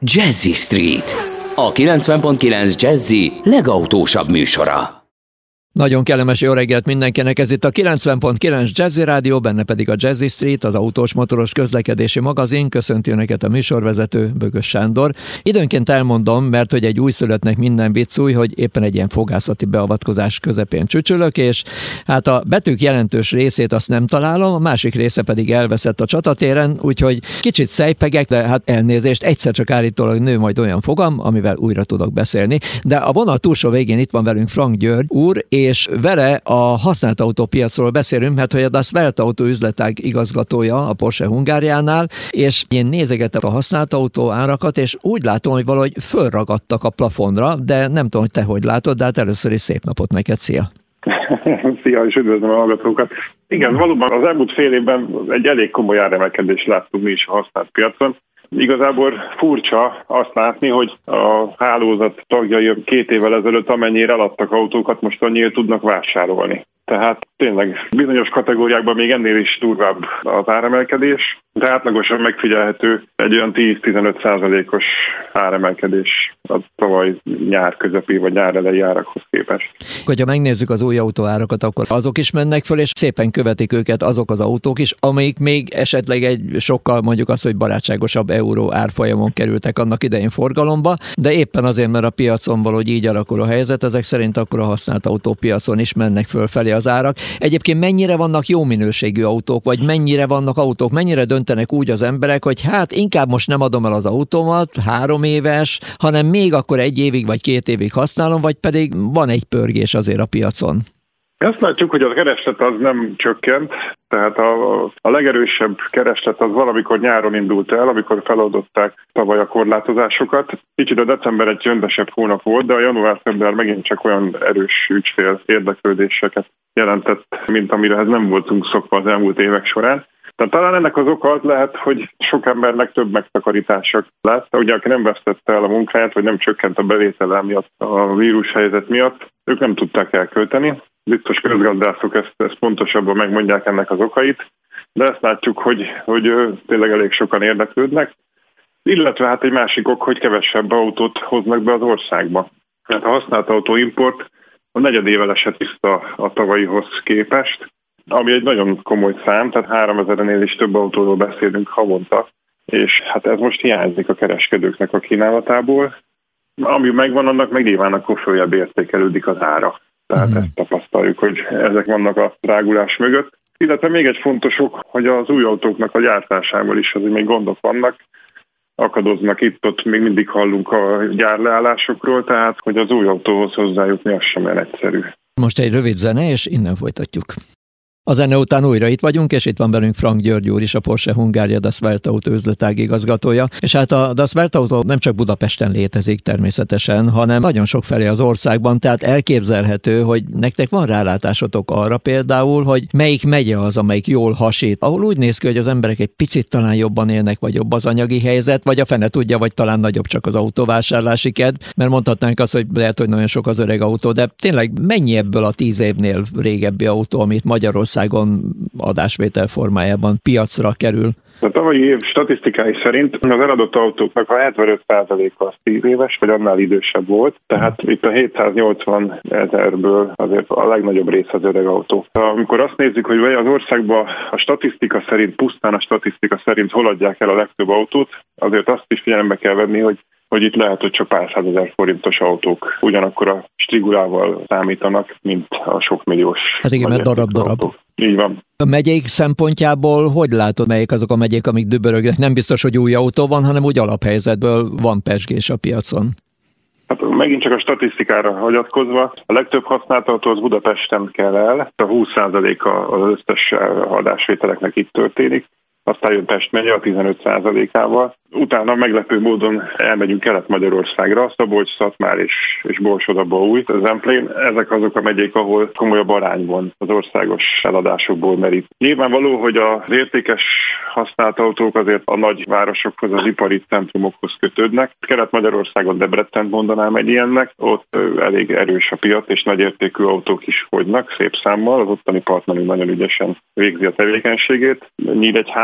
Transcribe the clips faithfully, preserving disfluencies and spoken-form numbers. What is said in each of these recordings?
Jazzy Street, a kilencven pont kilenc Jazzy legautósabb műsora. Nagyon kellemes jó reggelt mindenkinek, ez itt a kilencven pont kilenc Jazzy Rádió, benne pedig a Jazzy Street, az autós motoros közlekedési magazin. Köszönti önöket a műsorvezető, Bögös Sándor. Időnként elmondom, mert hogy egy újszülöttnek minden vicc új, hogy éppen egy ilyen fogászati beavatkozás közepén csücsülök, és hát a betűk jelentős részét azt nem találom, a másik része pedig elveszett a csatatéren, úgyhogy kicsit szejpegek, de hát elnézést, egyszer csak állítólag nő majd olyan fogam, amivel újra tudok beszélni. De a vonal túlsó végén itt van velünk Frank György úr, és vele a használt autópiacról beszélünk, mert hogy a Das Welt Autó üzletág igazgatója a Porsche Hungáriánál, és én nézegettem a használt autó árakat, és úgy látom, hogy valahogy fölragadtak a plafonra, de nem tudom, hogy te hogy látod, de hát először is szép napot neked, szia! Szia, és üdvözlöm a hallgatókat! Igen, valóban az elmúlt fél évben egy elég komoly áremelkedést láttunk mi is a használt piacon. Igazából furcsa azt látni, hogy a hálózat tagjai két évvel ezelőtt amennyire eladtak autókat, most annyira tudnak vásárolni. Tehát tényleg bizonyos kategóriákban még ennél is durvább az áremelkedés, de átlagosan megfigyelhető egy olyan tíz-tizenöt százalékos áremelkedés a tavaly nyár közepi vagy nyár elejé árakhoz képest. Hogyha megnézzük az új autóárakat, akkor azok is mennek föl, és szépen követik őket azok az autók is, amelyik még esetleg egy sokkal mondjuk az, hogy barátságosabb euró árfolyamon kerültek annak idején forgalomba, de éppen azért, mert a piacon valahogy így alakul a helyzet, ezek szerint akkor a használt autópiacon is mennek fölfelé az árak. Egyébként mennyire vannak jó minőségű autók, vagy mennyire vannak autók, mennyire döntenek úgy az emberek, hogy hát inkább most nem adom el az autómat, három éves, hanem még akkor egy évig vagy két évig használom, vagy pedig van egy pörgés azért a piacon. Azt látjuk, hogy a kereslet az nem csökkent, tehát a, a legerősebb kereslet az valamikor nyáron indult el, amikor feloldották tavaly a korlátozásokat. Kicsit a december egy csöndesebb hónap volt, de a január-február megint csak olyan erős ügyfél érdeklődéseket jelentett, mint amirehez nem voltunk szokva az elmúlt évek során. Tehát talán ennek az oka az lehet, hogy sok embernek több megtakarítások lett. Ugye, aki nem vesztette el a munkáját, vagy nem csökkent a bevétele miatt, a vírushelyzet miatt, ők nem tudták elkölteni. Biztos közgazdászok ezt, ezt pontosabban megmondják ennek az okait, de ezt látjuk, hogy, hogy tényleg elég sokan érdeklődnek. Illetve hát egy másik ok, hogy kevesebb autót hoznak be az országba. Hát a használt autóimport a negyedével esett vissza a tavalyihoz képest, ami egy nagyon komoly szám, tehát háromezerenél is több autóról beszélünk havonta, és hát ez most hiányzik a kereskedőknek a kínálatából. Ami megvan, annak meg nyilván akkor följebb értékelődik az ára. Tehát mm. ezt tapasztaljuk, hogy ezek vannak a drágulás mögött. Illetve még egy fontos ok, hogy az új autóknak a gyártásával is azért még gondok vannak, akadoznak itt-ott, még mindig hallunk a gyárleállásokról, tehát hogy az új autóhoz hozzájutni az sem olyan egyszerű. Most egy rövid zene, és innen folytatjuk. A zene után újra itt vagyunk, és itt van velünk Frank György úr is, a Porsche Hungária Das Welt Autó üzletág igazgatója. És hát a Das Welt Autó nem csak Budapesten létezik természetesen, hanem nagyon sok felé az országban, tehát elképzelhető, hogy nektek van rálátásotok arra például, hogy melyik megye az, amelyik jól hasít, ahol úgy néz ki, hogy az emberek egy picit talán jobban élnek, vagy jobb az anyagi helyzet, vagy a fene tudja, vagy talán nagyobb csak az autóvásárlási kedv, mert mondhatnánk azt, hogy lehet, hogy nagyon sok az öreg autó, de tényleg mennyi ebből a tíz évnél régebbi autó, amit Magyarországon adásvétel formájában piacra kerül? A tavalyi év statisztikái szerint az eladott autóknak a hetvenöt százaléka az tíz éves, vagy annál idősebb volt, tehát itt a hétszáznyolcvan ezerből azért a legnagyobb rész az öreg autó. Amikor azt nézzük, hogy az országban a statisztika szerint, pusztán a statisztika szerint hol adják el a legtöbb autót, azért azt is figyelembe kell venni, hogy hogy itt lehet, hogy csak pár százezer forintos autók ugyanakkor a strigulával számítanak, mint a sokmilliós. Hát igen, mert darab-darab. Így van. A megyék szempontjából hogy látod, melyik azok a megyék, amik dübörögnek? Nem biztos, hogy új autó van, hanem úgy alaphelyzetből van pezsgés a piacon. Hát megint csak a statisztikára hagyatkozva, a legtöbb használt autó az Budapesten kell el, a húsz százaléka az összes adásvételeknek itt történik. Aztán jön Pest megye a tizenöt százalékával. Utána meglepő módon elmegyünk Kelet-Magyarországra, Szabolcs-Szatmár és, és Borsod-Abaúj, Zemplén. Ezek azok a megyék, ahol komolyabb arány van az országos eladásokból merít. Nyilvánvaló, hogy az értékes használt autók azért a nagy városokhoz, az ipari centrumokhoz kötődnek. Kelet-Magyarországon Debrecent mondanám egy ilyennek, ott elég erős a piac, és nagy értékű autók is fogynak szép számmal, az ottani partnerünk nagyon ügyesen végzi a tevékenységét. Nyíregyháza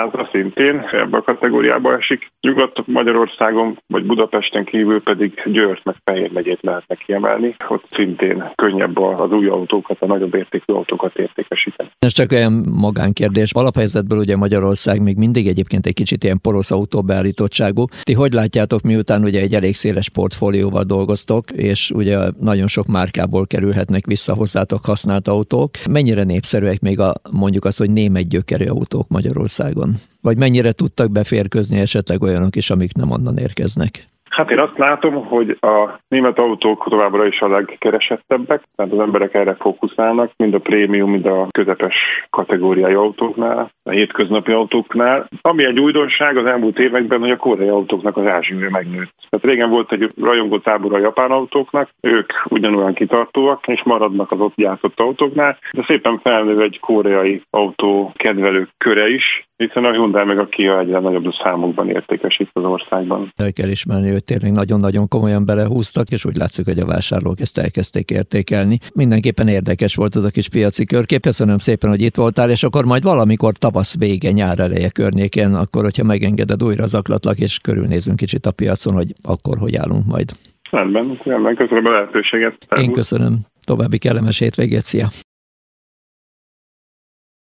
Mázda szintén ebbe a kategóriába esik. Nyugat-Magyarországon vagy Budapesten kívül pedig Győrt meg Fejér megyét lehetne kiemelni. Ott szintén könnyebb az új autókat, a nagyobb értékű autókat értékesíteni. Ez csak olyan magánkérdés. Alaphelyzetből ugye Magyarország még mindig egyébként egy kicsit ilyen porosz autóbeállítottságú. Ti hogy látjátok, miután ugye egy elég széles portfólióval dolgoztok, és ugye nagyon sok márkából kerülhetnek vissza hozzátok használt autók. Mennyire népszerűek még a, mondjuk azt, hogy német gyökerű autók Magyarországon? Vagy mennyire tudtak beférkőzni esetleg olyanok is, amik nem onnan érkeznek? Hát én azt látom, hogy a német autók továbbra is a legkeresettebbek, tehát az emberek erre fókuszálnak, mind a prémium, mind a közepes kategóriai autóknál, a hétköznapi autóknál. Ami egy újdonság az elmúlt években, hogy a koreai autóknak az ázsiaja megnőtt. Tehát régen volt egy rajongó tábor a japán autóknak, ők ugyanolyan kitartóak, és maradnak az ott gyártott autóknál, de szépen felnő egy koreai autó kedvelők köre is, hiszen a Hyundai meg a Kia egyre nagyobb számokban értékesít az országban. El kell ismerni, hogy tényleg nagyon-nagyon komolyan belehúztak, és úgy látszik, hogy a vásárlók ezt elkezdték értékelni. Mindenképpen érdekes volt az a kis piaci körkép. Köszönöm szépen, hogy itt voltál, és akkor majd valamikor tavasz vége, nyár eleje környékén, akkor, hogyha megengeded, újra zaklatlak, és körülnézünk kicsit a piacon, hogy akkor hogy állunk majd. Rendben, rendben, köszönöm a lehetőséget. Én köszönöm. További kellemes hétvégét, szia!